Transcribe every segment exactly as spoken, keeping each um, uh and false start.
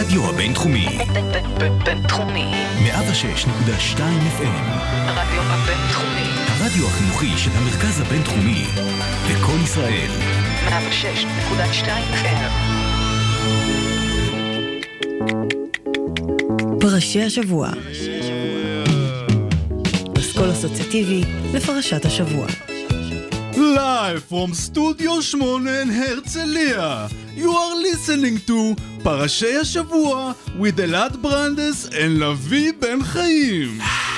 הרדיו הבינתחומי. בינתחומי. מאה ושש נקודה שתיים אף אם. הרדיו הבינתחומי. הרדיו החינוכי של המרכז הבינתחומי. לקול ישראל. מאה ושש נקודה שתיים אף אם. פרשי השבוע. אסכול אסוציאטיבי לפרשת השבוע. Live from Studio שמונה in הרצליה. You are listening to פרשי השבוע with אלעד ברנדס and לוי בן חיים.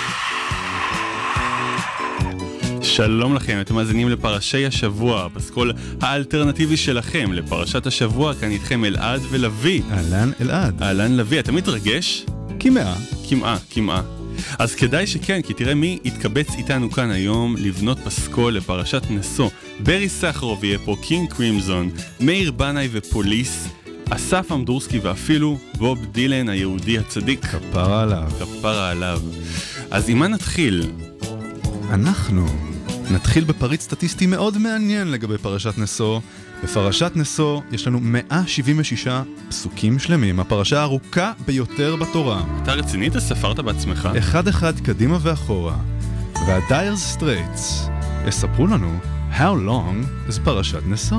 שלום לכם, אתם מאזינים לפרשי השבוע, הפסקול האלטרנטיבי שלכם לפרשת השבוע. כאן איתכם אלעד ולוי. אהלן אלעד. אהלן לוי, אתה מתרגש? כמאה. כמאה, כמאה. אז כדאי שכן, כי תראה מי יתקבץ איתנו כאן היום לבנות פסקול לפרשת נשוא. ברי סחרוב יהיה פה, קינג קרימזון, מאיר בנאי ופוליס, אסף אמדורסקי ואפילו בוב דילן היהודי הצדיק. כפרה עליו. כפרה עליו. אז עם מה נתחיל? אנחנו נתחיל בפריט סטטיסטי מאוד מעניין לגבי פרשת נשוא. בפרשת נשוא יש לנו מאה שבעים ושישה פסוקים שלמים, הפרשה הארוכה ביותר בתורה. אתה רציני? אתה ספרת בעצמך? אחד אחד קדימה ואחורה. והדייר סטרייטס יספרו לנו How long is פרשת נשוא.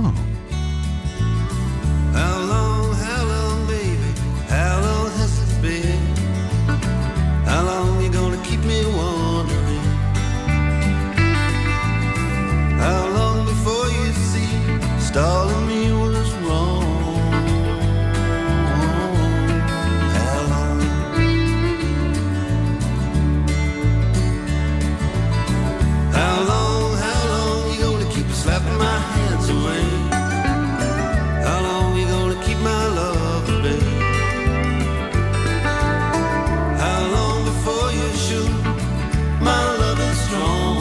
How long, how long, baby, how long has it been? How long you gonna keep me wondering? How long before you see stalling me was wrong? How long? How long, how long you gonna keep slapping my hands away? How long you gonna keep my love at bay? How long before you shoot my love is strong?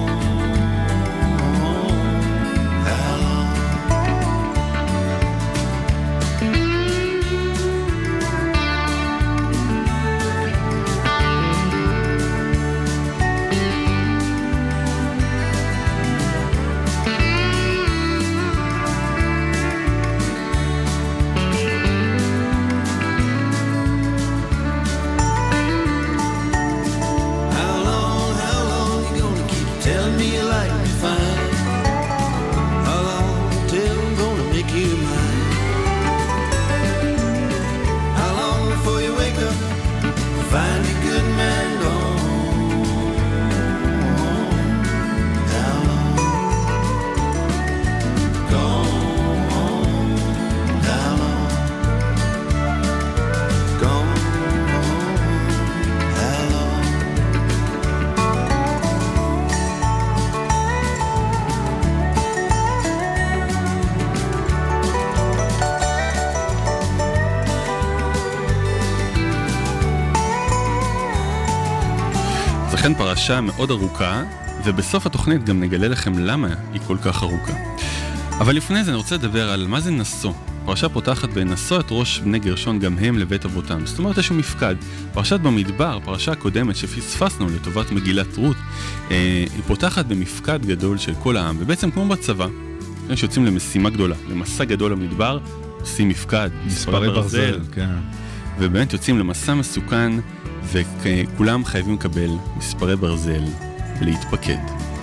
לכן פרשה מאוד ארוכה, ובסוף התוכנית גם נגלה לכם למה היא כל כך ארוכה. אבל לפני זה אני רוצה לדבר על מה זה נשוא. פרשה פותחת בנשוא את ראש בני גרשון גם הם לבית אבותם. זאת אומרת, יש הוא מפקד. פרשת במדבר, פרשה הקודמת שפספסנו לטובת מגילת רות, אה, היא פותחת במפקד גדול של כל העם. ובעצם כמו בצבא, שיוצאים למשימה גדולה, למסע גדול למדבר, עושים מפקד, מספרי ברזל. כן. ובאמת יוצאים למסע מסוכן, וכולם חייבים לקבל מספרי ברזל ולהתפקד.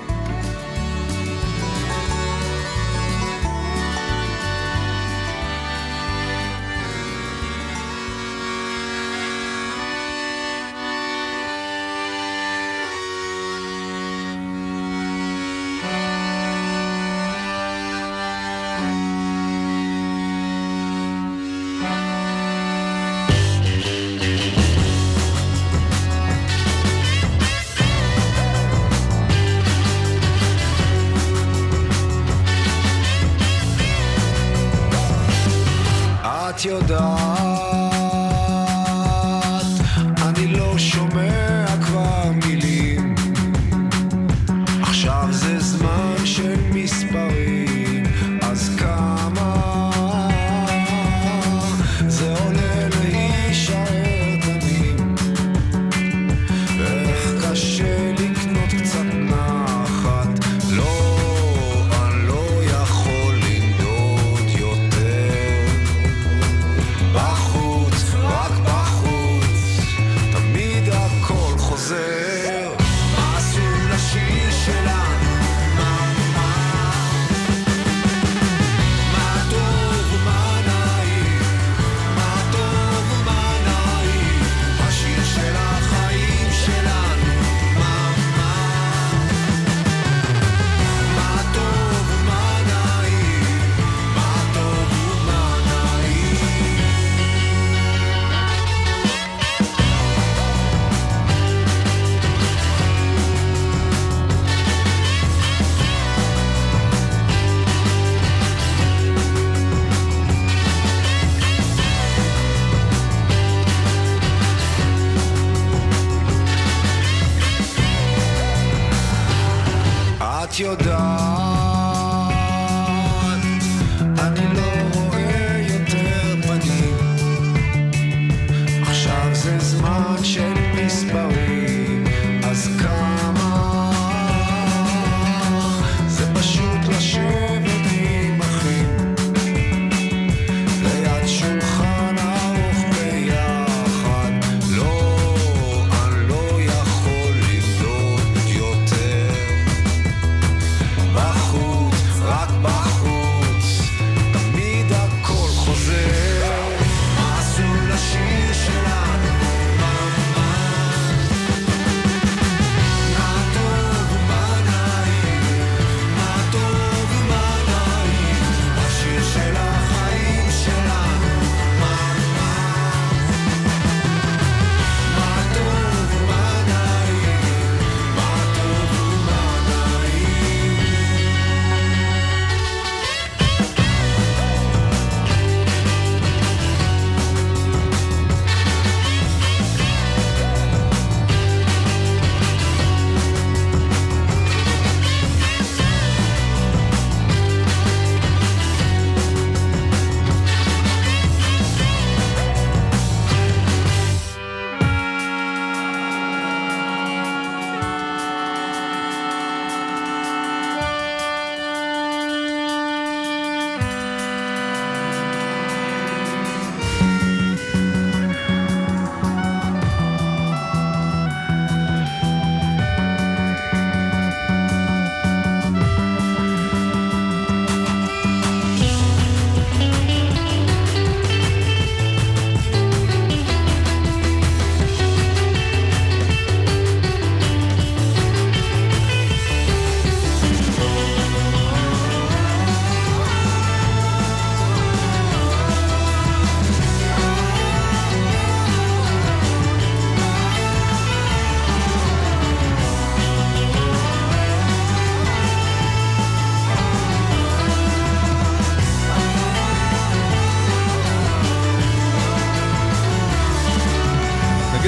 את יודעת, אני לא שומע כבר מילים. עכשיו זה זמן של מספרים, אז כמה זה עולה להישאר תמים. איך קשה לקנות קצת נחת, לא, אני לא יכול לנדוד יותר. בחור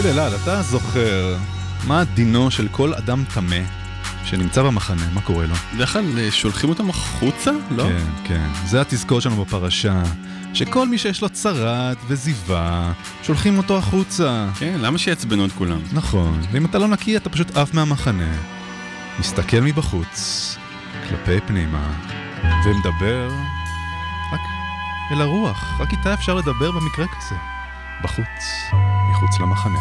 תגיד אלעד, אתה זוכר מה דינו של כל אדם טמא שנמצא במחנה, מה קורה לו? בדרך כלל שולחים אותם החוצה, לא? כן, כן, זה התזכור שלנו בפרשה, שכל מי שיש לו צרת וזיווה, שולחים אותו החוצה. כן, למה שיעצבנו את כולם? נכון, ואם אתה לא נקי אתה פשוט עף מהמחנה, מסתכל מבחוץ, כלפי פנימה, ומדבר רק אל הרוח, רק איתה אפשר לדבר במקרה כזה, בחוץ, מחוץ למחנה.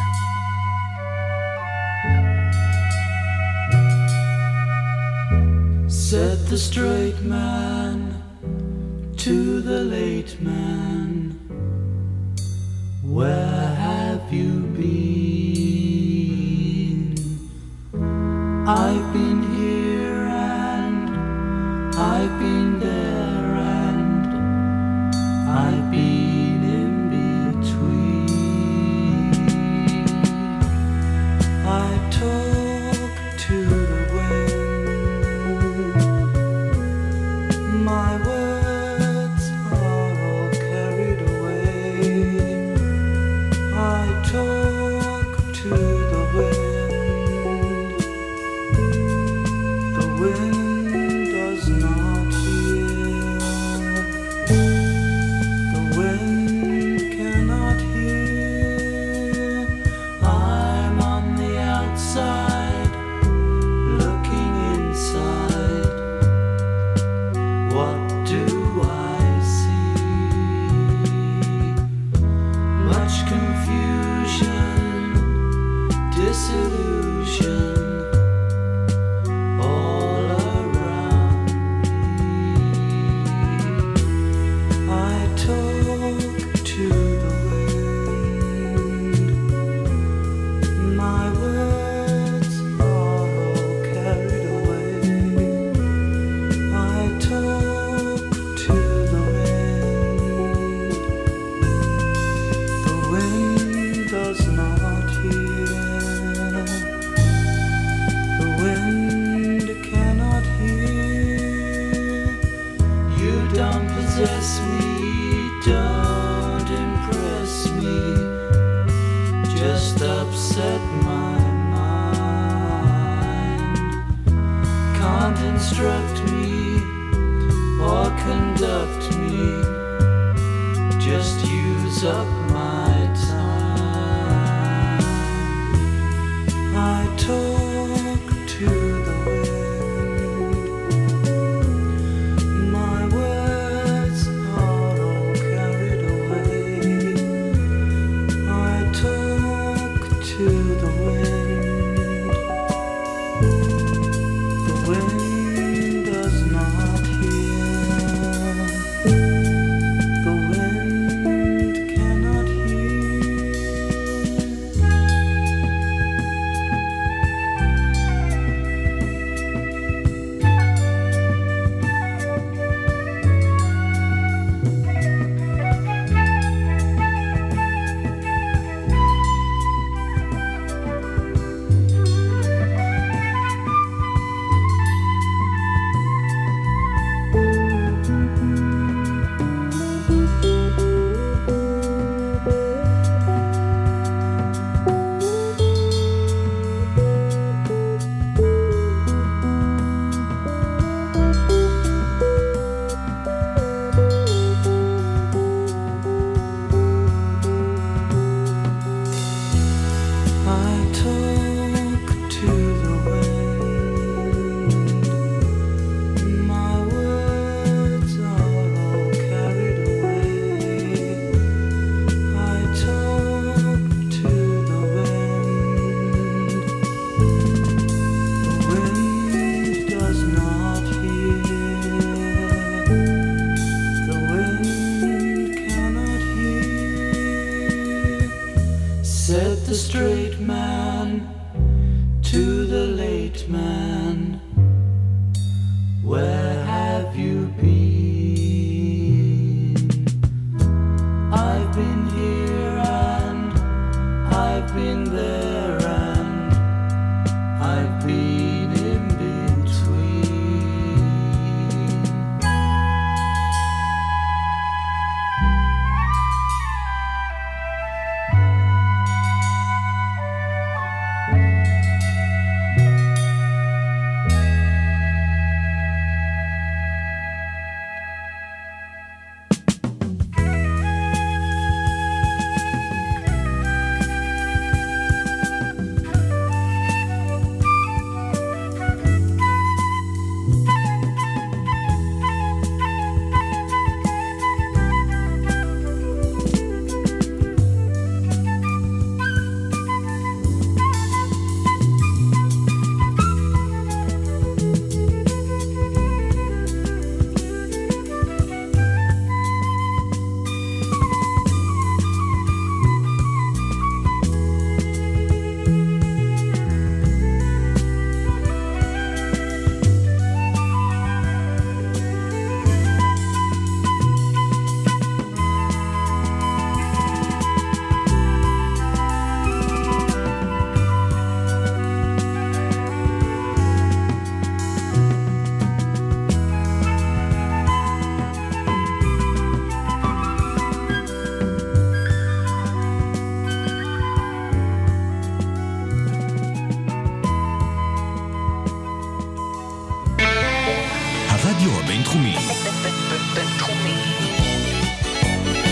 Said the straight man to the late man, where have you been? I've been here and I've been there and I've been in between. I talk to the wind, my words are all carried away. I talk to the wind, the wind does not hear, the wind cannot hear. I'm on the outside, looking inside. What do I see? Much confusion, disillusion, all around me. I talk to the wind, my words are all carried away. I talk to the wind, the wind does not hear, the wind cannot hear. You don't possess me, don't impress me, just upset my mind. Can't instruct me or conduct me, just use up my time. I talk to the wind, my words are all carried away. I talk to the wind, the wind does not hear, the wind cannot hear. I talk to the wind, my words are all carried away. I talk to the wind, the wind does not hear, the wind cannot hear. Said the straight man to the late man, where have you been? I've been here and I've been there and I've been in between.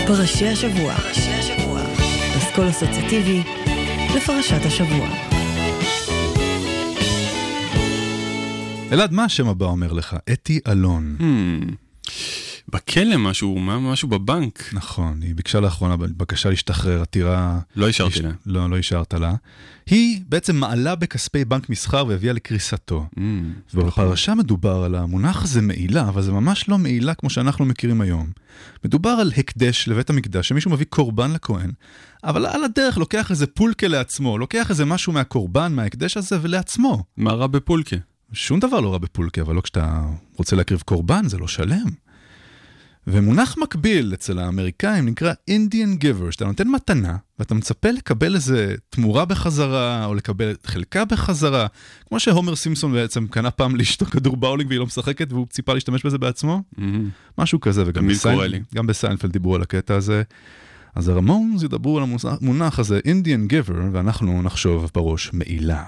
פרשי השבוע. אסכול אסוציאטיבי לפרשת השבוע. אלעד, מה השם הבא אומר לך? אתי אלון. Hmm. בכלא משהו, משהו בבנק. נכון, היא ביקשה לאחרונה בקשה להשתחרר, עתירה... לא השארתי לה. לא, לא השארת לה. היא בעצם מעלה בכספי בנק מסחר והביאה לקריסתו. Mm, ובפרשה מדובר על המונח הזה מעילה, אבל זה ממש לא מעילה כמו שאנחנו מכירים היום. מדובר על הקדש לבית המקדש, שמישהו מביא קורבן לכהן, אבל על הדרך לוקח איזה פולקה לעצמו, לוקח איזה משהו מהקורבן, מההקדש הזה ולעצמו. מה רע בפולקה? שום דבר לא רע בפולקה, אבל לא כשאתה רוצה להקריב קורבן, זה לא שלם. ומונח מקביל אצל האמריקאים נקרא Indian Giver, שאתה נותן מתנה, ואתה מצפה לקבל איזה תמורה בחזרה, או לקבל חלקה בחזרה, כמו שהומר סימפסון בעצם קנה פעם לאשתו כדור באולינג, והיא לא משחקת, והוא ציפה להשתמש בזה בעצמו. Mm-hmm. משהו כזה, וגם בסיין, גם בסיינפלד דיברו על הקטע הזה. אז הרמונס ידברו על המונח הזה, Indian Giver, ואנחנו נחשוב בראש מעילה.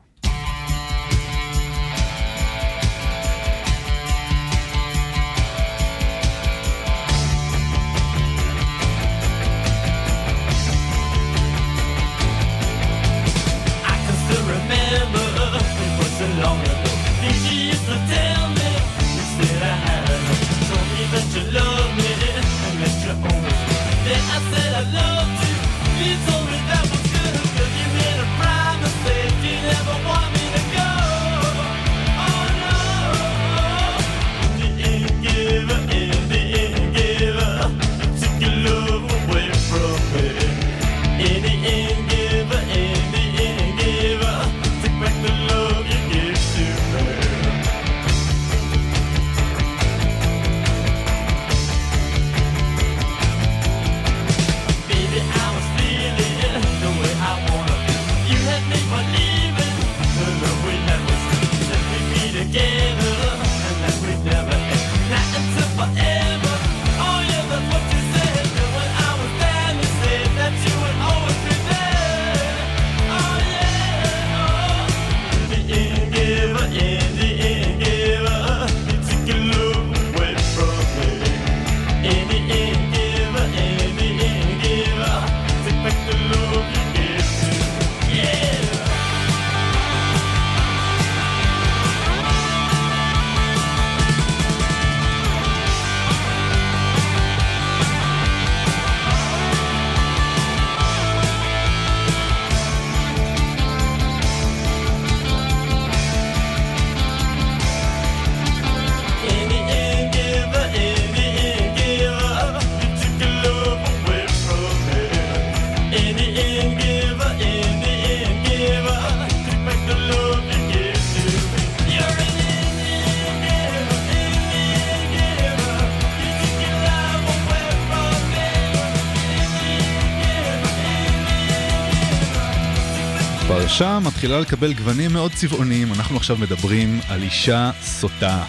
הפרשה מתחילה לקבל גוונים מאוד צבעוניים. אנחנו עכשיו מדברים על אישה סוטה.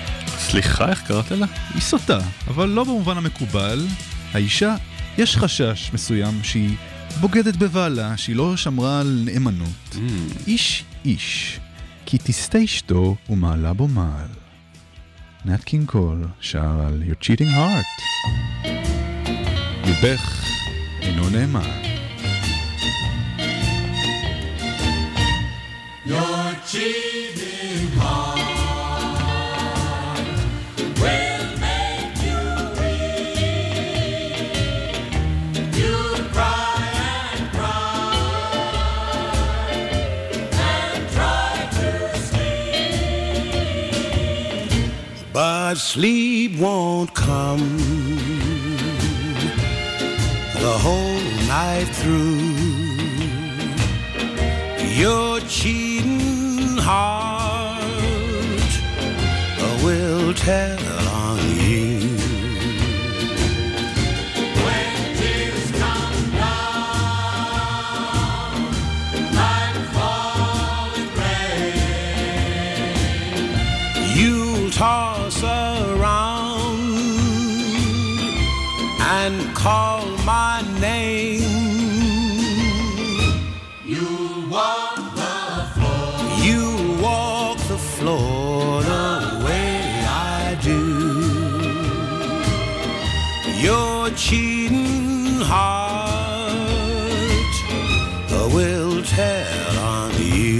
סליחה, איך קראת לה? היא סוטה, אבל לא במובן המקובל. האישה, יש חשש מסוים שהיא בוגדת בבעלה, שהיא לא שמרה על נאמנות. Mm. איש איש, כי תסתה אשתו ומעלה בו מעל. נאט קינג קול שר על You're cheating heart. ליבך אינו נאמן. Your cheating heart will make you weep. You cry and cry and try to sleep, but sleep won't come the whole night through. Your cheating heart will tell on you. When tears come down like falling rain, you'll toss around and call my name. You'll walk the floor. You'll walk the floor the way I do. your cheating heart will tell on you.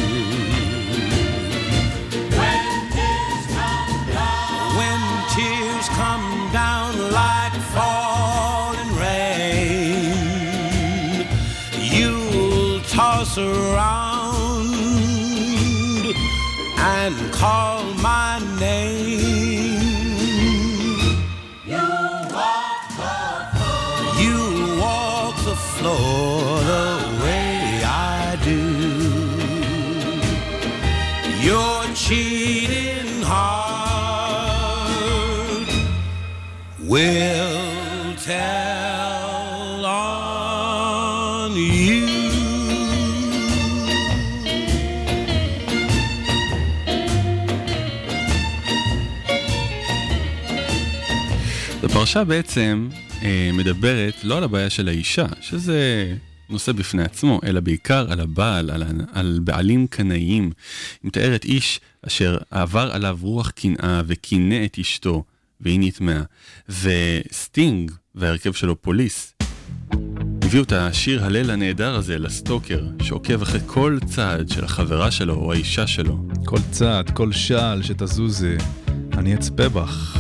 When tears come down, when tears come down like falling rain, you'll toss around and call my name. You walk the floor, you walk the floor the way I do. Your cheating heart will tell on you. הפרשה בעצם אה, מדברת לא על הבעיה של האישה, שזה נושא בפני עצמו, אלא בעיקר על הבעל, על, על בעלים קנאים. היא מתארת איש אשר עבר עליו רוח קנאה וקינא את אשתו, והיא נטמעה. וסטינג והרכב שלו פוליס הביאו את השיר הליל הנהדר הזה לסטוקר, שעוקב אחרי כל צעד של החברה שלו או האישה שלו. כל צעד, כל שעל שתזוזי, אני אצפה בך.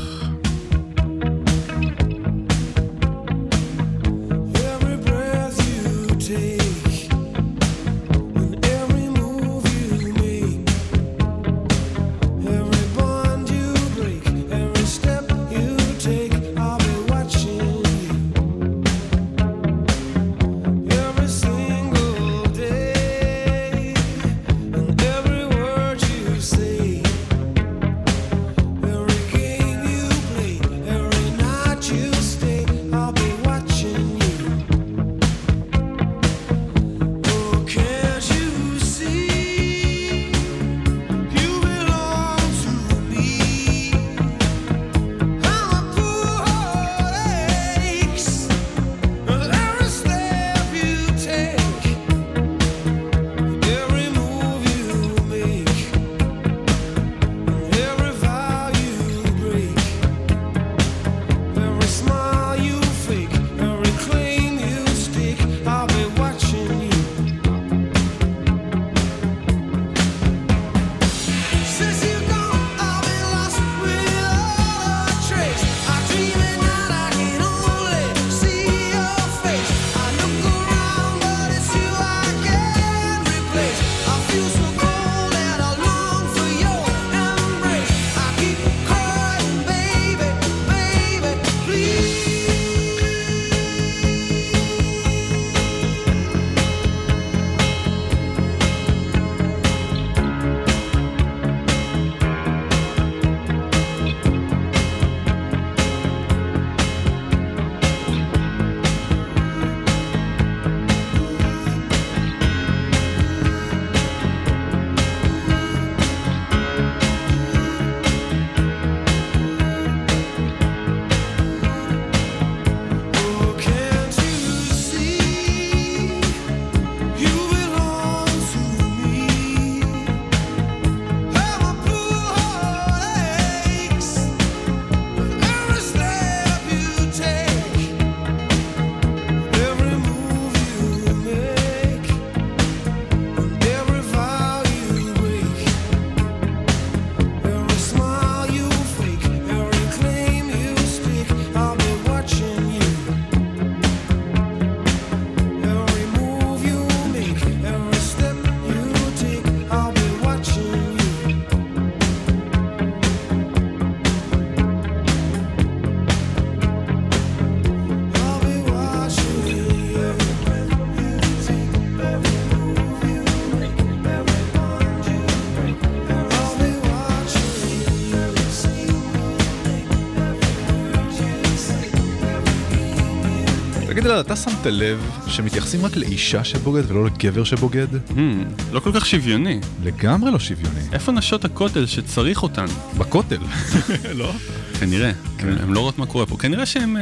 תגיד לה, אתה שמת לב שמתייחסים רק לאישה שבוגד ולא לגבר שבוגד? לא כל כך שוויוני. לגמרי לא שוויוני. איפה נשות הכותל שצריך אותן? בכותל. לא? כנראה. הם לא רואות מה קורה פה. כנראה שהם...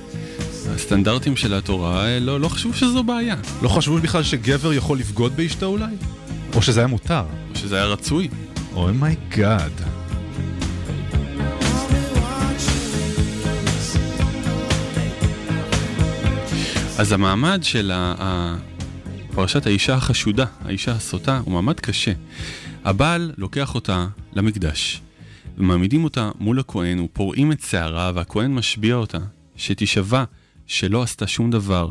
הסטנדרטים של התורה לא, לא חשבו שזו בעיה. לא חשבו בכלל שגבר יכול לבגוד באשתו אולי? או שזה היה מותר? או שזה היה רצוי. אוי מי גאד. אז המעמד של ה... פרשת האישה החשודה, האישה הסוטה, הוא מעמד קשה. הבעל לוקח אותה למקדש, ומעמידים אותה מול הכהן, ופורעים את שערה, והכהן משביע אותה, שתשבע שלא עשתה שום דבר,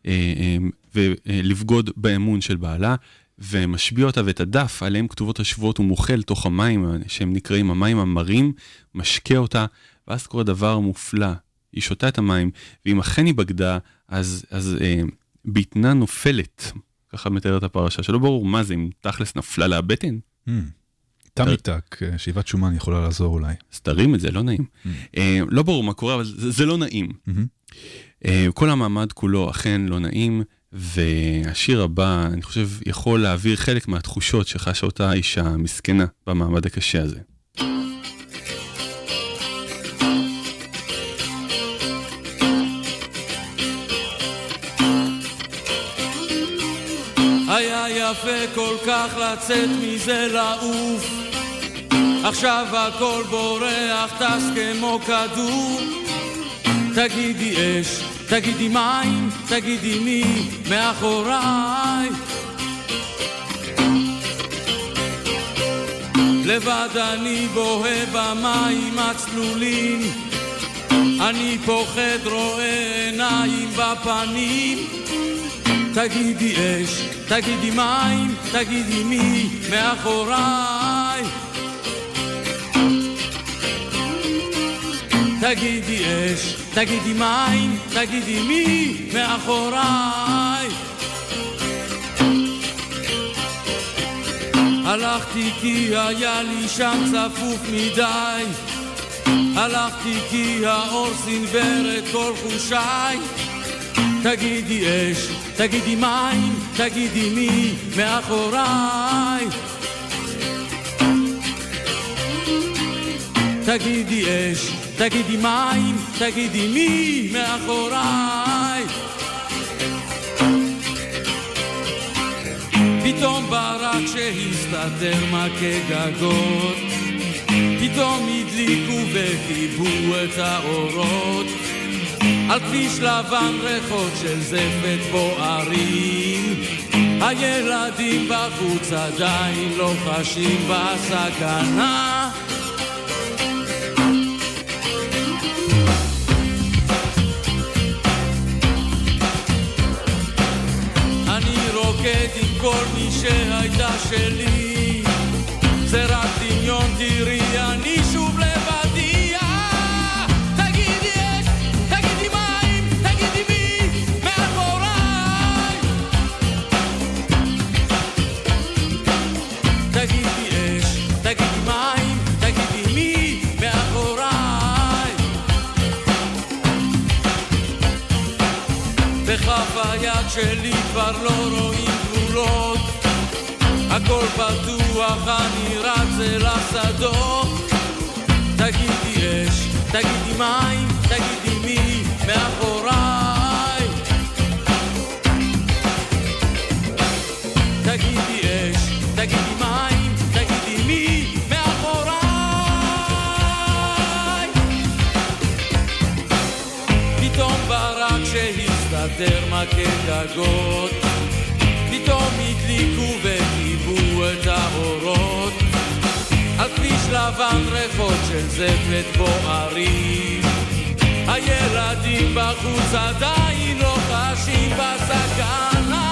ולבגוד באמון של בעלה, ומשביע אותה ואת הדף, עליהם כתובות השבועות, הוא מוכל תוך המים, שהם נקראים המים המרים, משקה אותה, ואז קורה דבר מופלא, היא שותה את המים, ואם אכן היא בגדה, אז, אז אה, ביטנה נופלת, ככה מתארת הפרשה, שלא ברור מה זה, אם תכלס נפלה לה הבטן. תמיתק, שאיבת שומן יכולה לעזור אולי. אז תרים את זה, לא נעים. אה, לא ברור מה קורה, אבל זה, זה לא נעים. אה, כל המעמד כולו אכן לא נעים, והשיר הבא, אני חושב, יכול להעביר חלק מהתחושות שחשה אותה האישה מסכנה במעמד הקשה הזה. היה יפה כל כך לצאת מזה לעוף, עכשיו הכל בורח, טס כמו כדור. תגידי אש, תגידי מים, תגידי מי מאחוריי. לבד אני בוהה במים הצלולים, אני פוחד רואה עיניים בפנים. תגידי אש, תגידי מים, תגידי מי מאחוריי. תגידי אש, תגידי מים, תגידי מי מאחוריי. הלכתי כי היה לי שם צפוף מדי, הלכתי כי האור סנבר את כל חושיי. תגידי אש, תגידי מים, תגידי מי מאחוריי. תגידי אש, תגידי מים, תגידי מי מאחוריי. פתאום ברק שהסתתר מכה גגות, פתאום הדליקו וכיבו את האורות. על כביש לבן ריחות של זפת בוערים, הילדים בחוץ עדיין לא חשים בסכנה. אני רוקד עם כל מי שהייתה שלי, זה רק דמיון, תראי אני שוב לבדי. בכף היד שלי כבר לא רואים גבולות, הכל פתוח, אני רץ אל השדות. תגידי אש, תגידי מים, תגידי מי מאחוריי. תגידי אש, תגידי מים, תגידי מי מאחוריי. פתאום ברק שהיא סתר מכה גגות, פתאום הדליקו וכיבו את האורות. על כביש לבן ריחות של זפת בוערים, הילדים בחוץ עדיין לא חשים בסכנה.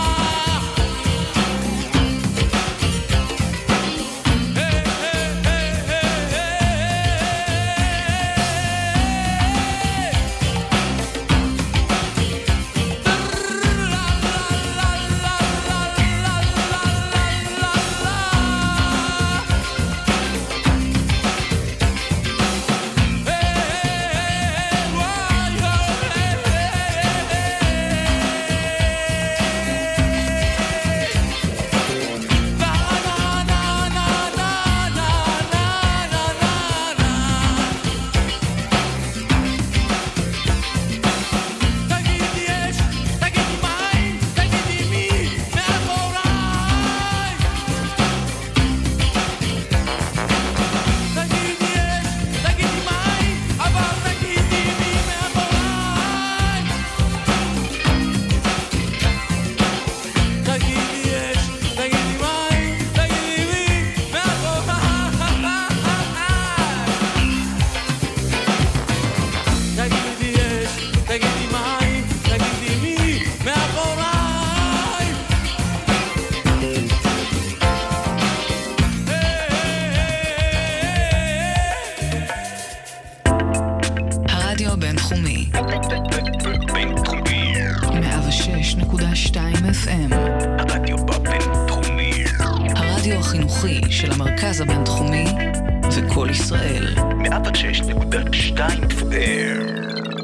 בינתחומי. מאה ושש נקודה שתיים אף אם. הרדיו בבינתחומי. הרדיו החינוכי של המרכז הבינתחומי וכל ישראל. מאה ושש נקודה שתיים אף אם.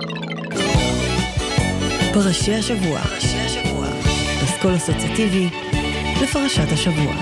פרשי השבוע. פסקול אסוציאטיבי לפרשת השבוע.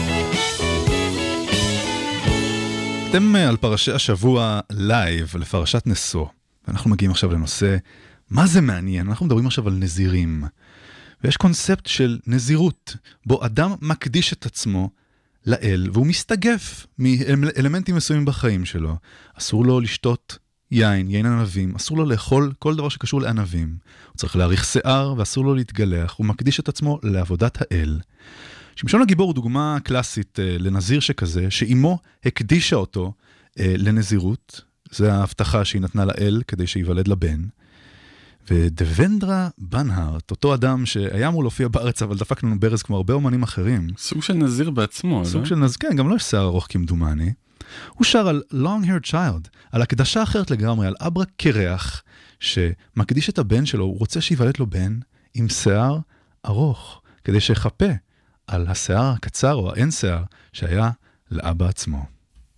אתם על פרשי השבוע לייב לפרשת נשוא. ואנחנו מגיעים עכשיו לנושא, מה זה מעניין? אנחנו מדברים עכשיו על נזירים. ויש קונספט של נזירות, בו אדם מקדיש את עצמו לאל, והוא מסתגף מאלמנטים מסוימים בחיים שלו. אסור לו לשתות יין, יין ענבים, אסור לו לאכול כל דבר שקשור לענבים. הוא צריך להאריך שיער ואסור לו להתגלח, הוא מקדיש את עצמו לעבודת האל. שמשון הגיבור הוא דוגמה קלאסית אה, לנזיר שכזה, שאימו הקדישה אותו אה, לנזירות, זה ההבטחה שהיא נתנה לאל כדי שיוולד לבן. ודבנדרה בנהרט, אותו אדם שהיה אמור להופיע בארץ, אבל דפק לנו ברז כמו הרבה אומנים אחרים. סוג של נזיר בעצמו, סוג לא? של נזיר, כן, גם לא יש שיער ארוך כמדומני. הוא שר על Long Haired Child, על הקדשה אחרת לגמרי, על אברה קרח, שמקדיש את הבן שלו, הוא רוצה שיוולד לו בן עם שיער ארוך, כדי שיחפה על השיער הקצר או האין שיער שהיה לאבא עצמו.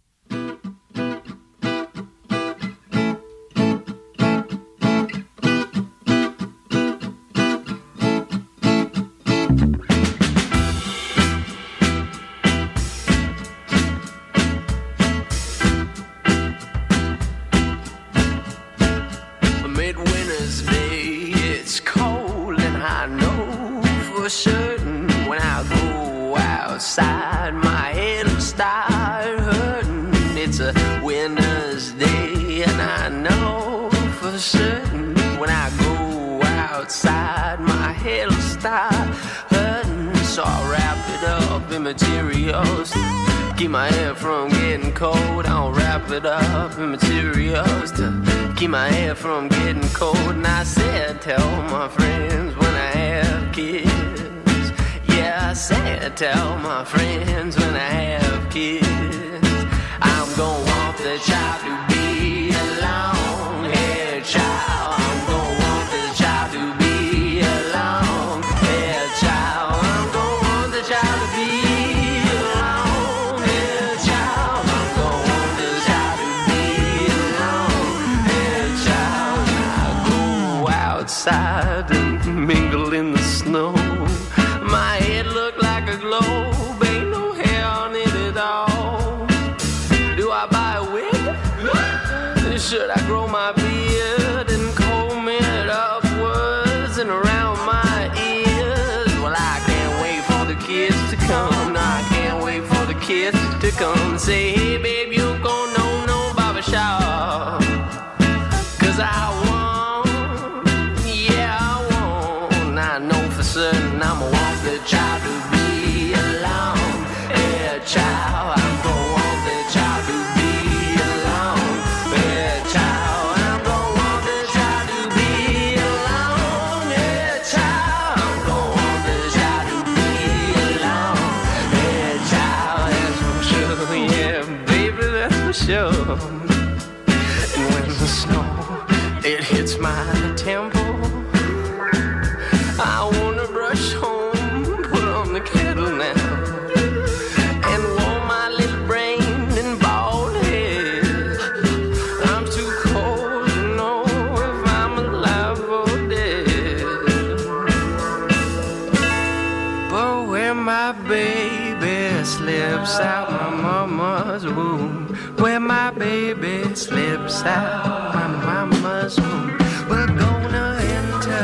Materials, keep my hair from getting cold. I'll wrap it up in materials to keep my hair from getting cold. And I said, tell my friends when I have kids. Yeah, I said, tell my friends when I have kids. I'm gonna want the child to be a long-haired child. I'm gonna want the child to be a long-haired child. I'm gonna want the child to be outside and mingle in the snow. My head look like a globe, ain't no hair on it at all. Do I buy a wig? Should I grow my beard and comb it upwards and around my ears? Well, I can't wait for the kids to come. No, I can't wait for the kids to come and say, hey babe, you gon' know no barbershop. Cause I want certain I'ma want the child to be a long-haired child. I'm gonna want the child to be a long-haired child. I'm gonna want the child to be a long-haired child. I'm gonna want the child to be a long-haired child. That's for sure, yeah, baby, that's for sure. And when the snow, it hits my temple, I wanna brush home, put on the kettle now, and warm my little brain and bald head. I'm too cold to know if I'm alive or dead. But when my baby slips out my mama's womb, when my baby slips out my mama's womb, we're gonna enter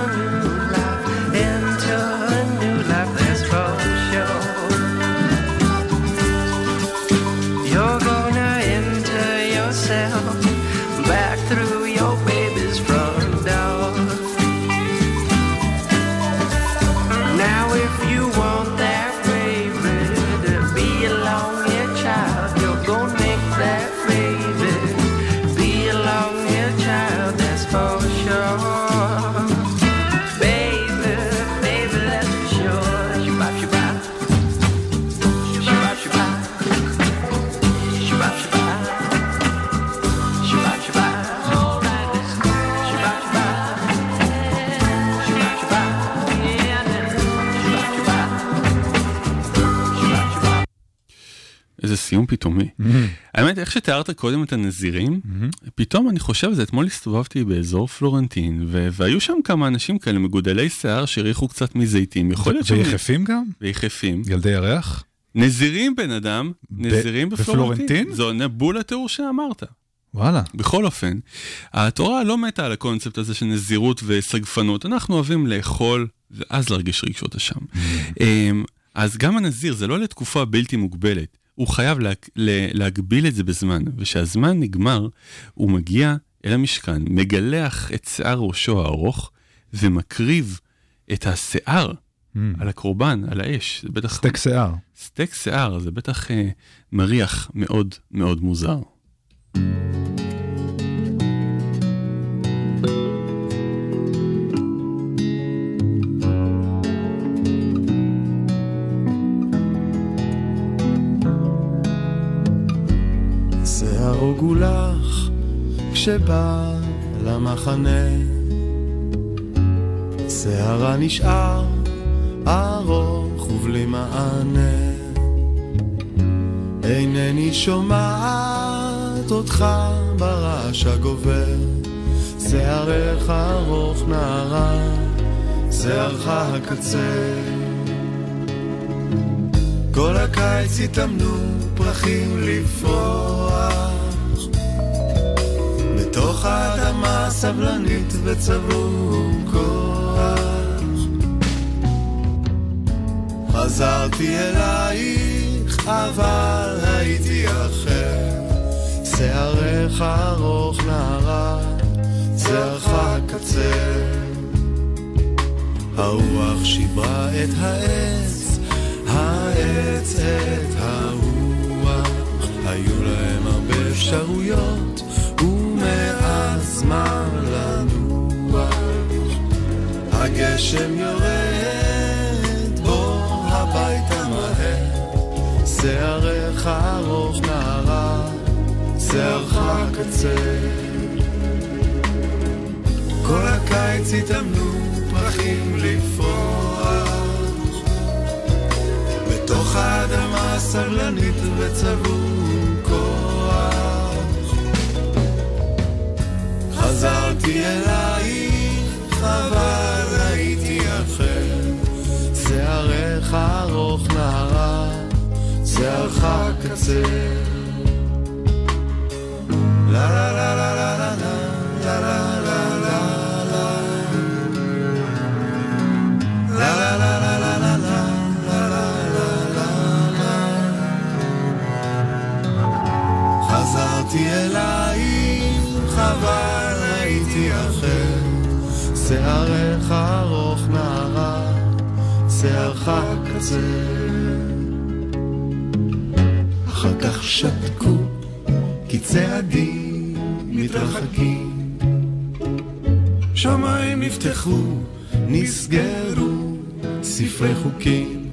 back through your baby's front door. Now if you want that baby to be a long-haired child, you're gonna make that baby be a long-haired child. סיום פתאומי. האמת, איך שתיארת קודם את הנזירים, פתאום אני חושב, זה אתמול הסתובבתי באזור פלורנטין, והיו שם כמה אנשים כאלה מגודלי שיער שהריחו קצת מזיתים. ויחפים גם? ויחפים. ילדי ירח? נזירים בן אדם, נזירים בפלורנטין. זו נבול התיאור שאמרת. וואלה. בכל אופן, התורה לא מתה על הקונספט הזה של נזירות וסגפנות. אנחנו אוהבים לאכול ואז להרגיש רגשות אשם. אז גם הנזיר, זה לא לתקופה בלתי מוגבלת. הוא חייב לה, להגביל את זה בזמן, ושהזמן נגמר, הוא מגיע אל המשכן, מגלח את שיער ראשו הארוך, ומקריב את השיער mm. על הקורבן, על האש. זה בטח... סטק שיער. סטק שיער, זה בטח אה, מריח מאוד מאוד מוזר. שיערו גולח כשבא למחנה, שיערה נשאר ארוך ובלי מענה, אינני שומעת אותך ברעש הגובר, שיערך ארוך נערה, שיערך הקצר. כל הקיץ התאמנו פרחים לפרוח, בתוך האדמה סבלנית וצבור כוח. חזרתי אלייך אבל הייתי אחר, שיערך ארוך נערה, שיערך קצר. הרוח שיברה את העץ, העץ את הרוח, היו להם הרבה אפשרויות ומעט זמן לנוח. הגשם יורד, בוא הביתה מהר, שיערך ארוך נערה, שיערך קצר. כל הקיץ התאמנו פרחים לפרוח, בתוך האדמה סבלנית וצבור כוח. חזרתי אלייך אבל הייתי אחר, שיערך ארוך נערה, שיערך קצר. לה לה לה לה לה לה לה לה לה לה לה לה לה לה. חזרתי אלייך אבל הייתי אחר, שיערך ארוך נערה, שיערך קצר. אחר כך שתקו כי צעדים מתרחקים, שמיים נפתחו נסגרו ספרי חוקים.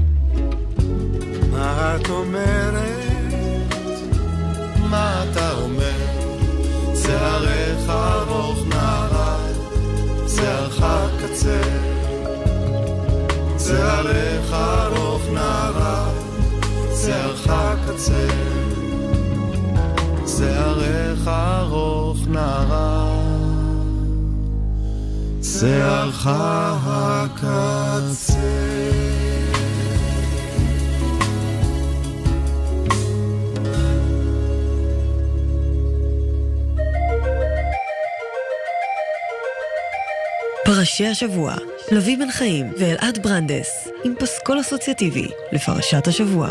מה את אומרת? מה אתה אומר? שיערך ארוך נערה, שיערך קצר. שיערך ארוך נערה, שיערך קצר. שיערך ארוך נערה, שיערך הקצר. פרשי השבוע, לוי בן חיים ואלעד ברנדס עם פסקול אסוציאטיבי לפרשת השבוע.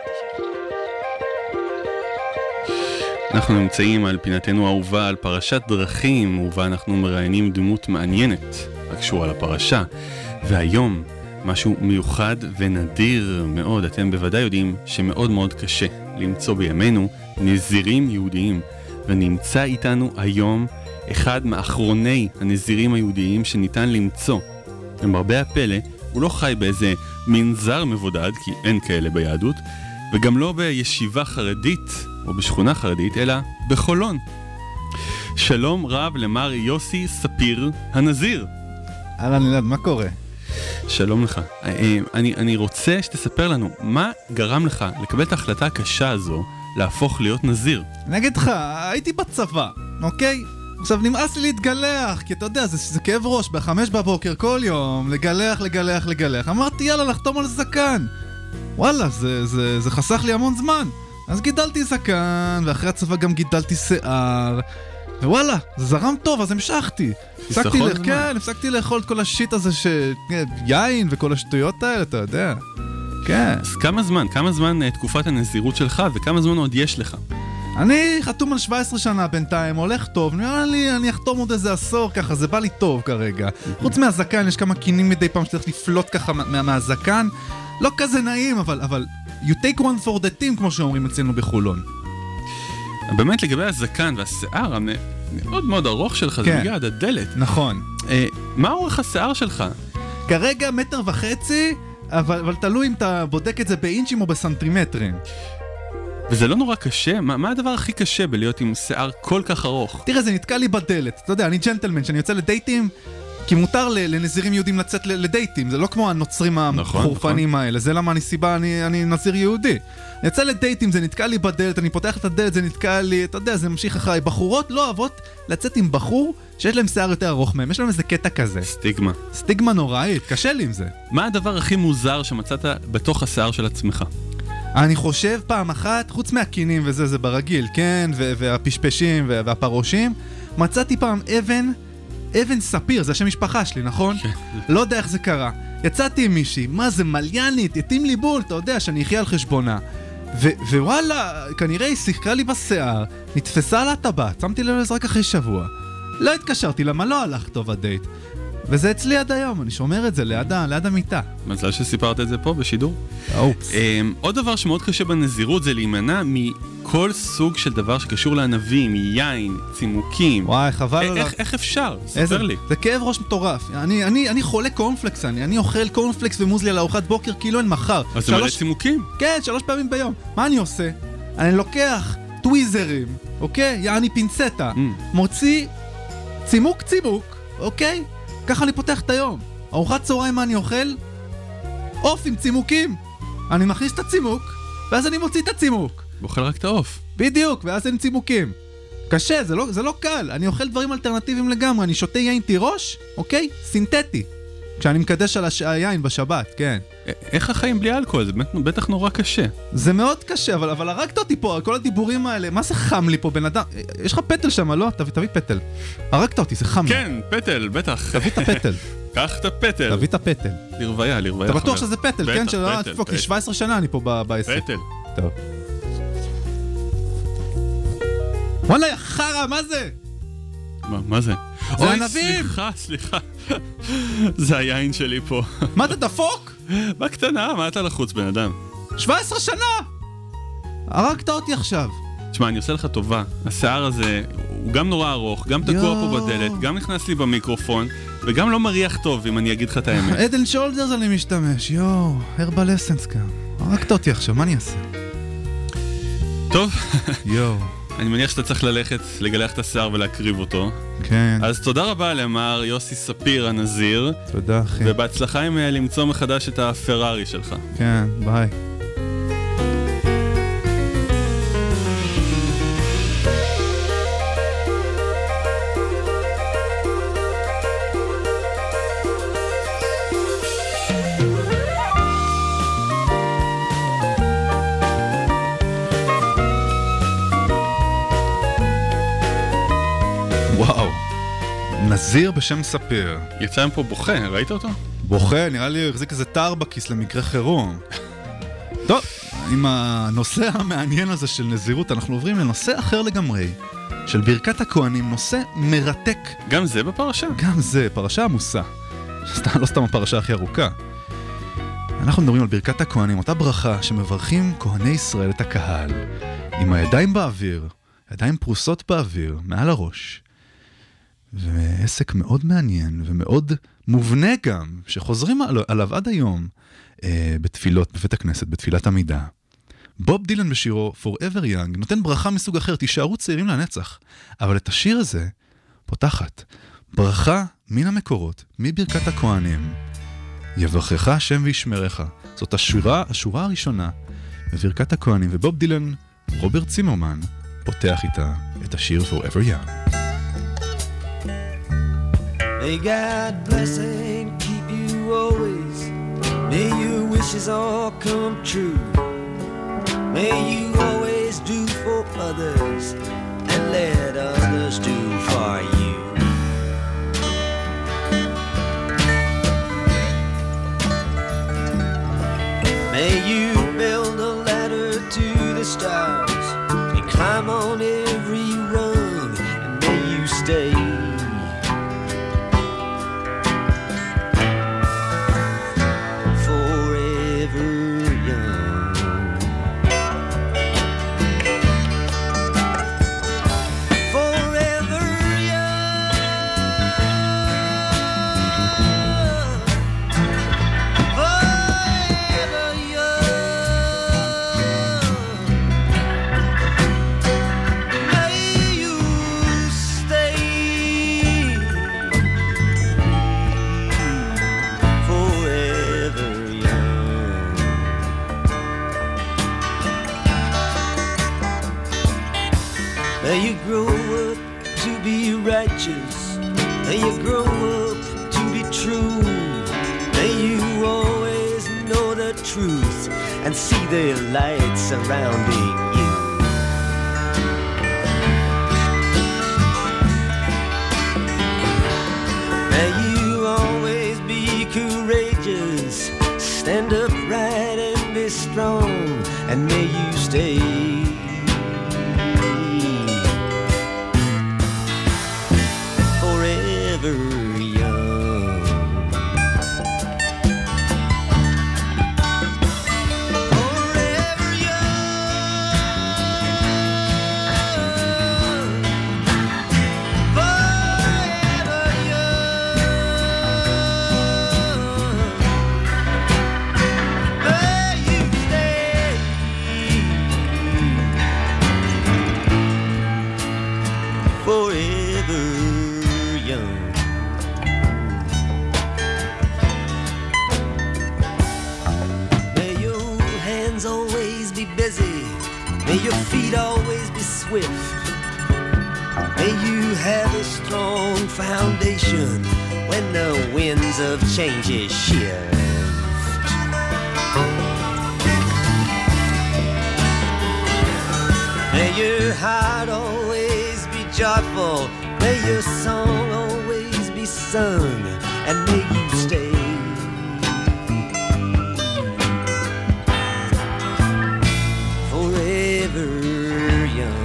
אנחנו נמצאים על פינתנו האהובה על פרשת דרכים, ובה אנחנו מראיינים דמות מעניינת הקשורה לפרשה. והיום משהו מיוחד ונדיר מאוד. אתם בוודאי יודעים שמאוד מאוד קשה למצוא בימינו נזירים יהודיים, ונמצא איתנו היום אחד מאחרוני הנזירים היהודיים שניתן למצוא. למרבה הפלא, הוא לא חי באיזה מנזר מבודד, כי אין כאלה ביהדות, וגם לא בישיבה חרדית או בשכונה חרדית, אלא בחולון. שלום רב למר יוסי ספיר הנזיר. אהלן אלעד, מה קורה? שלום לך. אני, אני רוצה שתספר לנו, מה גרם לך לקבל את ההחלטה הקשה הזו להפוך להיות נזיר? אני אגיד לך, הייתי בצבא, אוקיי? עכשיו נמאס לי להתגלח, כי אתה יודע, זה, זה כאב ראש בחמש בבוקר כל יום, לגלח, לגלח, לגלח. אמרתי, יאללה, לחתום על זקן. וואלה, זה, זה, זה חסך לי המון זמן. אז גידלתי זקן, ואחרי הצבא גם גידלתי שיער. ווואלה, זה זרם טוב, אז המשכתי. הפסקתי לה... כן, הפסקתי לאכול את כל השיט הזה ש... יין וכל השטויות האלה, אתה יודע. כן. אז כמה זמן, כמה זמן תקופת הנזירות שלך, וכמה זמן עוד יש לך? אני חתום על שבע עשרה שנה בינתיים, הולך טוב, נראה לי, אני אחתום עוד איזה עשור ככה, זה בא לי טוב כרגע. חוץ מהזקן, יש כמה קינים מדי פעם שצריך לפלוט ככה מה, מהזקן. לא כזה נעים, אבל, אבל, you take one for the team, כמו שאומרים אצלנו בחולון. באמת לגבי הזקן והשיער המאוד מאוד ארוך שלך, כן. זה מגיע עד הדלת. נכון. אה, מה אורך השיער שלך? כרגע מטר וחצי, אבל, אבל תלוי אם אתה בודק את זה באינצ'ים או בסנטימטרים. וזה לא נורא קשה? מה, מה הדבר הכי קשה בלהיות עם שיער כל כך ארוך? תראה, זה נתקע לי בדלת. אתה יודע, אני ג'נטלמן, שאני יוצא לדייטים, כי מותר לנזירים יהודים לצאת לדייטים. זה לא כמו הנוצרים החורפנים נכון. האלה. זה למה אני סיבה, אני, אני נזיר יהודי. אני יוצא לדייטים, זה נתקע לי בדלת, אני פותח את הדלת, זה נתקע לי, אתה יודע, זה ממשיך אחריי. בחורות לא אוהבות לצאת עם בחור שיש להם שיער יותר ארוך מהם. יש להם איזה קטע כזה. סטיגמה. סטיגמה נוראית, קשה לי עם זה. מה הדבר הכי מוזר שמצאת בתוך השיער של עצמך? אני חושב פעם אחת, חוץ מהקינים וזה, זה ברגיל, כן? והפשפשים והפרושים, מצאתי פעם אבן, אבן ספיר, זה השם משפחה שלי, נכון? לא יודע איך זה קרה. יצאתי עם מישהי, מה זה מליינית, יתים לי בול, אתה יודע, שאני אחיה על חשבונה. ווואלה, כנראה היא שיחקה לי בשיער, נתפסה לה טבעת, שמתי לב לזה רק אחרי שבוע. לא התקשרתי, למה לא הלך טוב הדייט. וזה אצלי עד היום, אני שומר את זה ליד, ליד המיטה. מזל שסיפרת את זה פה בשידור. אופס. עוד דבר שמאוד קשה בנזירות זה להימנע מכל סוג של דבר שקשור לענבים, יין, צימוקים. וואי, חבל עליו. איך, איך אפשר? ספר לי. זה כאב ראש מטורף. אני, אני, אני חולה קורנפלקס, אני, אני אוכל קורנפלקס ומוזלי על ארוחת בוקר כאילו אין מחר. אז זה מלא צימוקים? כן, שלוש פעמים ביום. מה אני עושה? אני לוקח טוויזרים, אוקיי? יעני פינצטה. מוציא צימוק צימוק, אוקיי? ככה אני פותח את היום. ארוחת צהריים מה אני אוכל? עוף עם צימוקים. אני מכניס את הצימוק, ואז אני מוציא את הצימוק. אוכל רק את העוף. בדיוק, ואז אין צימוקים. קשה, זה לא, זה לא קל. אני אוכל דברים אלטרנטיביים לגמרי. אני שותה יין תירוש, אוקיי? סינתטי. כשאני מקדש על הש... היין בשבת, כן. איך החיים בלי אלכוהול? זה בטח נורא קשה. זה מאוד קשה, אבל, אבל הרגת אותי פה, כל הדיבורים האלה. מה זה חם לי פה, בן אדם? יש לך פטל שם, לא? תביא, תביא פטל. הרגת אותי, זה חם. כן, פטל, בטח. תביא את הפטל. קח את הפטל. תביא את הפטל. לרוויה, לרוויה. אתה בטוח שזה פטל, בטח, כן? שלא, פטל, תפוק, פטל. שבע עשרה שנה אני פה בעסק. פטל. טוב. וואלה, יא חרה, מה זה? מה, מה זה? זה אוי, ענבים! סליחה, סליחה. זה היין שלי פה. מה אתה דפוק? בקטנה, מה אתה לחוץ, בן אדם? שבע עשרה שנה! הרגת אותי עכשיו. תשמע, אני עושה לך טובה. השיער הזה הוא גם נורא ארוך, גם תקוע פה בדלת, גם נכנס לי במיקרופון, וגם לא מריח טוב, אם אני אגיד לך את האמת. עדן שולדרס אני משתמש, יואו, הרבל אסנס גם. הרגת אותי עכשיו, מה אני אעשה? טוב. יואו. אני מניח שאתה צריך ללכת, לגלח את השיער ולהקריב אותו. כן. אז תודה רבה למר יוסי ספיר הנזיר. תודה, אחי. ובהצלחה עם למצוא מחדש את הפרארי שלך. כן, ביי. נזיר בשם ספיר. יצא פה בוכה, ראית אותו? בוכה, נראה לי החזיק איזה טער בכיס למקרה חירום. טוב, עם הנושא המעניין הזה של נזירות, אנחנו עוברים לנושא אחר לגמרי, של ברכת הכהנים, נושא מרתק. גם זה בפרשה? גם זה, פרשה עמוסה. סתם, לא סתם הפרשה הכי ארוכה. אנחנו מדברים על ברכת הכהנים, אותה ברכה שמברכים כהני ישראל את הקהל, עם הידיים באוויר, ידיים פרוסות באוויר, מעל הראש. ועסק מאוד מעניין ומאוד מובנה גם, שחוזרים עליו עד היום אה, בתפילות, בבית הכנסת, בתפילת עמידה. בוב דילן בשירו Forever Young נותן ברכה מסוג אחר, תישארו צעירים לנצח. אבל את השיר הזה פותחת ברכה מן המקורות, מברכת הכהנים, יברכך השם וישמרך. זאת השורה, השורה הראשונה בברכת הכהנים, ובוב דילן, רוברט צימרמן, פותח איתה את השיר Forever Young. May God bless and keep you always. May your wishes all come true. May you always do for others and let others do for you. May you build a ladder to the stars and climb on every rung, and may you stay May you grow up to be righteous. May you grow up to be true. May you always know the truth and see the light surrounding you. May you always be courageous. Stand upright and be strong. And may you stay foundation when the winds of changes shift. May your heart always be joyful. May your song always be sung. And may you stay forever young.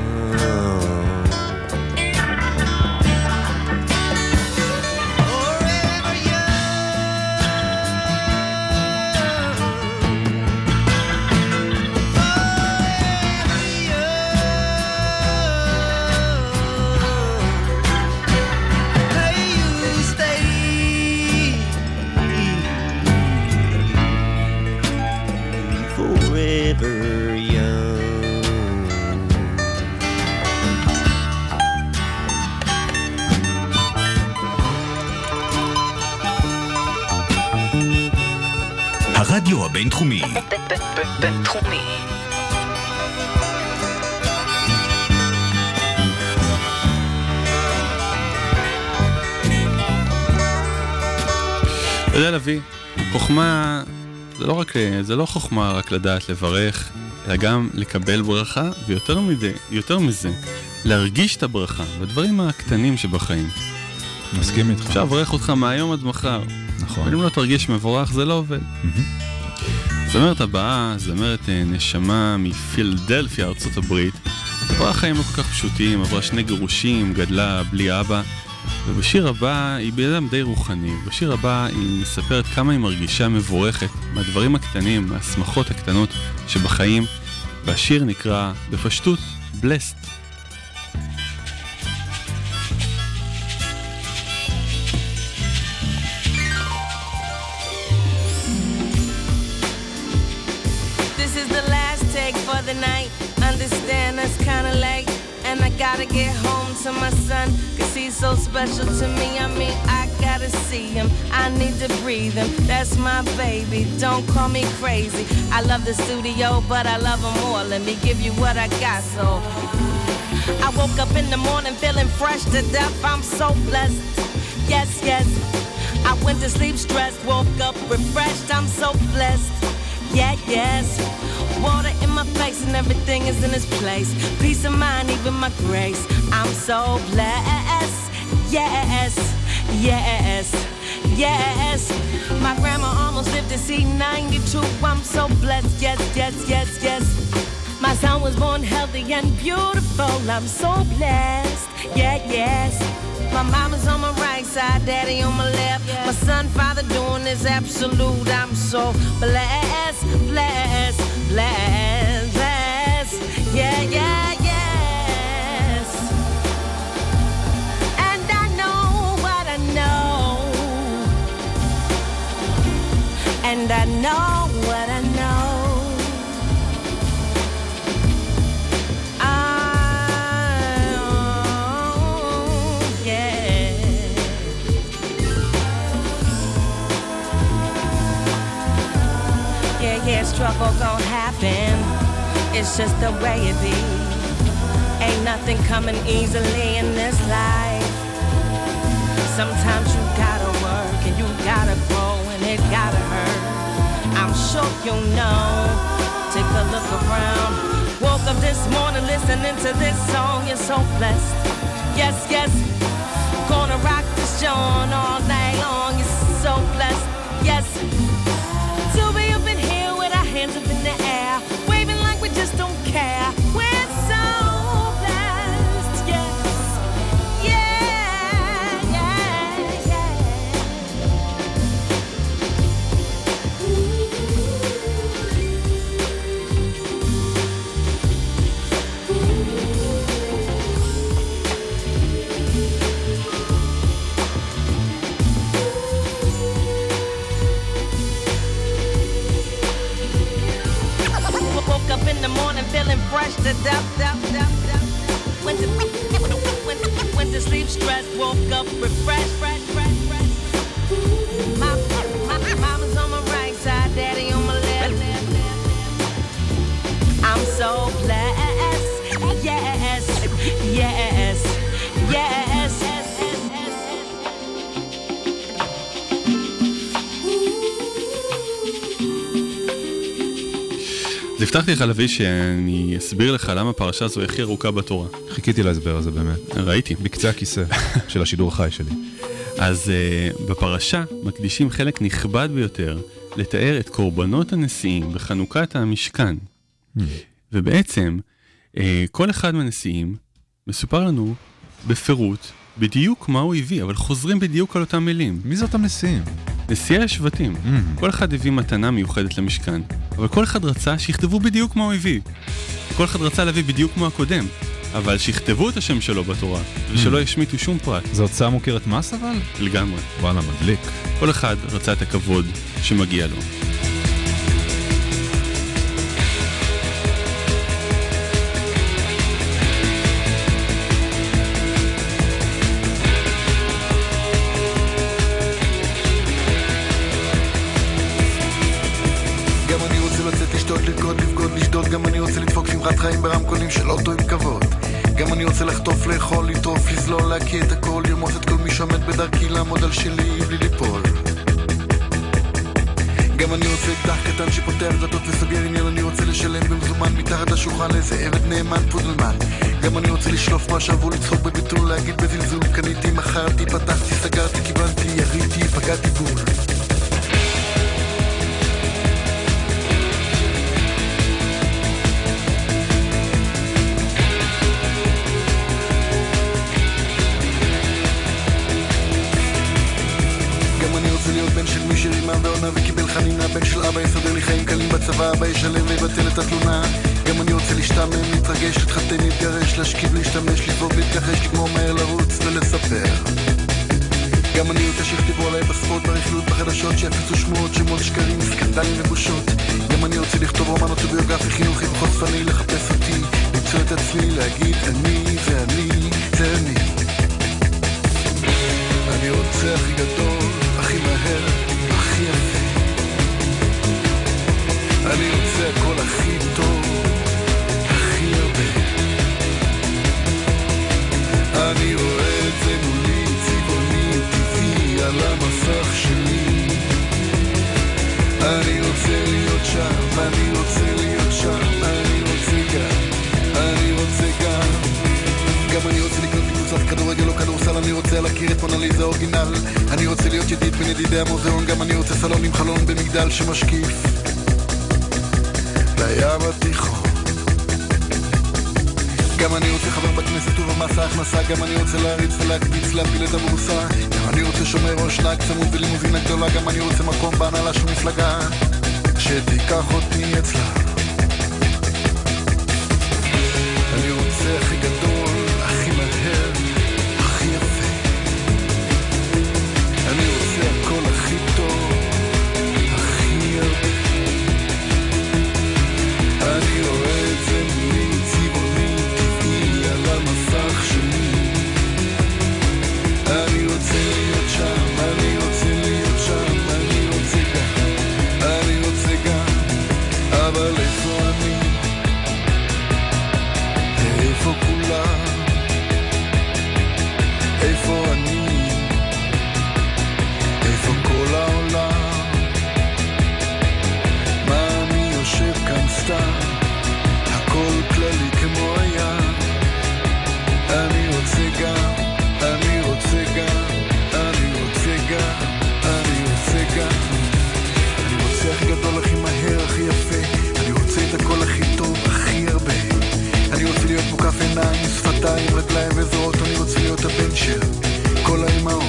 הרדיו הבינתחומי. בינתחומי. אתה יודע להביא, חוכמה, זה לא רק, זה לא חוכמה רק לדעת לברך, אלא גם לקבל ברכה, ויותר מזה, יותר מזה, להרגיש את הברכה, בדברים הקטנים שבחיים. מסכים איתך. אפשר לברך אותך מהיום עד מחר. נכון. אבל אם לא תרגיש מבורך, זה לא עובד. זמרת הבאה, זמרת נשמה מפילדלפיה, ארצות הברית. עברה חיים לא כל כך פשוטים, עברה שני גירושים, גדלה בלי אבא. ובשיר הבא היא בידם די רוחני. בשיר הבא היא מספרת כמה היא מרגישה מבורכת מהדברים הקטנים, מהשמחות הקטנות שבחיים. והשיר נקרא בפשטות Blessed. For the night, understand that's kinda late, and I gotta get home to my son, cause he's so special to me. I mean, I gotta see him, I need to breathe him. That's my baby, don't call me crazy. I love the studio, but I love him more. Let me give you what I got, so I woke up in the morning feeling fresh to death. I'm so blessed, yes, yes. I went to sleep stressed, woke up refreshed. I'm so blessed, yeah, yes. Water in my face and everything is in its place. Peace of mind, even my grace. I'm so blessed, yes, yes, yes. My grandma almost lived to see ninety-two. I'm so blessed, yes, yes, yes, yes. My son was born healthy and beautiful. I'm so blessed, yeah, yes. My mama's on my right side, daddy on my left. My son, father doing this absolute. I'm so blessed, blessed, blessed, blessed. Yeah, yeah, yes. And I know what I know. And I know what I know. Yeah, struggle gon' happen. It's just the way it be. Ain't nothing coming easily in this life. Sometimes you gotta work and you gotta grow and it gotta hurt. I'm sure you know. Take a look around. Woke up this morning listening to this song. You're so blessed. Yes, yes. Gonna rock this joint all night long. You're so blessed. Yes. To be up in here with our hands up in the air, waving like we just don't care. We're so blessed, yes, yeah, yeah, yeah. Woke up in the morning feeling fresh to death, death, death, death. Went to, went, went to sleep stressed, woke up refreshed, fresh, fresh, fresh. My, my, mama's on my right side, daddy on my left. I'm so blessed, yes, yes, yes. אז הבטחתי לך להביא שאני אסביר לך למה הפרשה הזו הכי ארוכה בתורה. חיכיתי להסבר הזה באמת. ראיתי. בקצה הכיסא של השידור החי שלי. אז uh, בפרשה מקדישים חלק נכבד ביותר לתאר את קורבנות הנשיאים בחנוכת המשכן. Mm. ובעצם uh, כל אחד מהנשיאים מסופר לנו בפירוט בדיוק מה הוא הביא, אבל חוזרים בדיוק על אותם מילים. מי זה אותם נשיאים? נשיאי השבטים. Mm. כל אחד הביא מתנה מיוחדת למשכן, אבל כל אחד רצה שיכתבו בדיוק מה הוא הביא. כל אחד רצה להביא בדיוק כמו הקודם, אבל שיכתבו את השם שלו בתורה, ושלא ישמיטו שום פרט. זו הוצאה מוכרת מס אבל? לגמרי. וואלה, מדליק. כל אחד רצה את הכבוד שמגיע לו. גם אני רוצה לדפוק שמחת חיים ברמקולים של אוטו עם כבוד. גם אני רוצה לחטוף, לאכול, לטרוף, לזלול, להקיא את הכל, לרמוס את כל מי שעומד בדרכי, לעמוד על שלי בלי ליפול. גם אני רוצה אקדח קטן שפותח דלתות וסוגר עניין, אני רוצה לשלם במזומן מתחת לשולחן לאיזה עבד נאמן פודלמן. גם אני רוצה לשלוף מה שעבור, לצחוק בביטול, להגיד בזלזול, קניתי, מכרתי, פתחתי, סגרתי, קיבלתי, יריתי, פגעתי בול. בן של מי שרימה ועונה וקיבל חנינה, בן של אבא יסדר לי חיים קלים בצבא, אבא ישלם ויבטל את התלונה. גם אני רוצה להשתמם, להתרגש, להתחתן, להתגרש, להשכיב, להשתמש, לבוא, להתכחש, לגמור מהר, לרוץ ולספר. גם אני רוצה שיכתבו עליי בספורט, ברכילות, בחדשות, שיפיצו שמועות, שמות, שקרים, סקנדלים ובושות. גם אני רוצה לכתוב רומן אוטוביוגרפי, חינוכי וחושפני, לחפש אותי, למצוא את עצמי, להגיד אני, זה אני, זה אני. אני רוצה הכי גדול הכי מהר, הכי יפה. אני רוצה הכל הכי טוב, הכי הרבה. אני רואה את זה מולי, צבעוני, טבעי, על המסך שלי. אני רוצה להיות שם, אני רוצה להיות שם, אני רוצה גם, אני רוצה גם. גם אני רוצה לקנות קבוצת כדורגל או כדורסל, אני רוצה להכיר את מונליזה אורגינל. אני רוצה להיות ידיד בין ידידי המוזיאון, גם אני רוצה סלון עם חלון במגדל שמשקיף לים התיכון. גם אני רוצה חבר בכנסת ובמס ההכנסה, גם אני רוצה להריץ ולהקפיץ להפיל את הבורסה, גם אני רוצה שומר ראש נהג צמוד ולימוזינה גדולה, גם אני רוצה מקום בהנהלה של מפלגה שתיקח אותי אצלה. אני רוצה הכי גדול, הכי מהר, הכי יפה. אני רוצה הכל הכי טוב, הכי הרבה. אני רואה את זה מולי, צבעוני, טבעי, על המסך שלי. אני רוצה להיות שם, אני רוצה להיות שם, אני רוצה גם, אני רוצה גם. אבל איפה אני? איפה כולם? איפה אני? איפה כל העולם? מה אני יושב כאן סתם? הכל כללי כמו היה. אני רוצה גם, אני רוצה גם, אני רוצה גם, אני רוצה גם. אני רוצה הכי גדול, הכי מהר, הכי יפה. אני רוצה את הכל הכי טוב, הכי הרבה. אני רוצה להיות מוקף עיניים, שפתיים, רגליים וזרועות. אני רוצה להיות הבן של כל האימהות.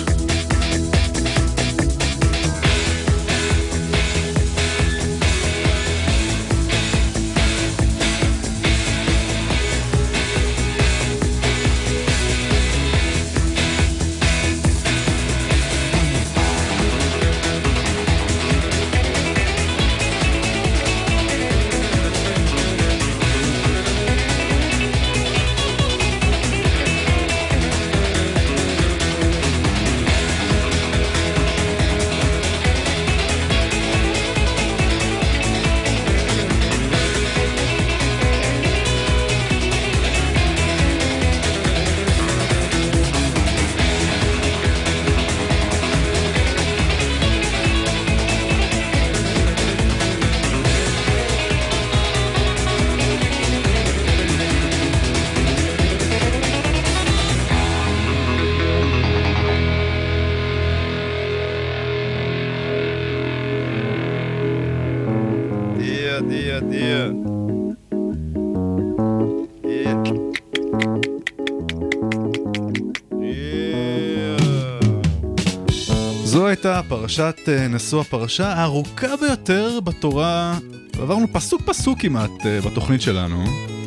זו הייתה פרשת נשוא, הפרשה הארוכה ביותר בתורה. עברנו פסוק פסוק כמעט בתוכנית שלנו.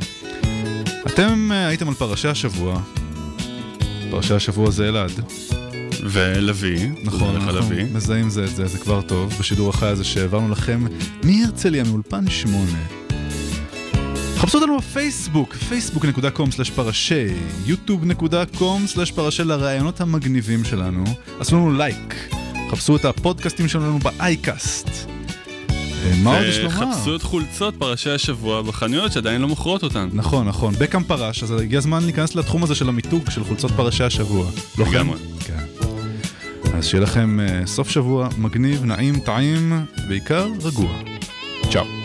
אתם הייתם על פרשי השבוע. פרשי השבוע זה אלעד ולוי. נכון, אנחנו מזהים זה את זה, זה כבר טוב. בשידור החי הזה שהעברנו לכם מהרצליה, מאולפן שמונה. חפשו אותנו בפייסבוק, פייסבוק נקודה קום סלש פרשי, יוטיוב נקודה קום סלש פרשי לרעיונות המגניבים שלנו. עשו לנו לייק. חפשו את הפודקאסטים שלנו באייקאסט. מה עוד יש לומר? וחפשו את חולצות פרשי השבוע בחנויות שעדיין לא מוכרות אותן. נכון, נכון. בקאם פרש, אז הגיע הזמן להיכנס לתחום הזה של המיתוג של חולצות פרשי השבוע. לא לגמרי. כן. אז שיהיה לכם סוף שבוע מגניב, נעים, טעים, בעיקר רגוע. צ'או.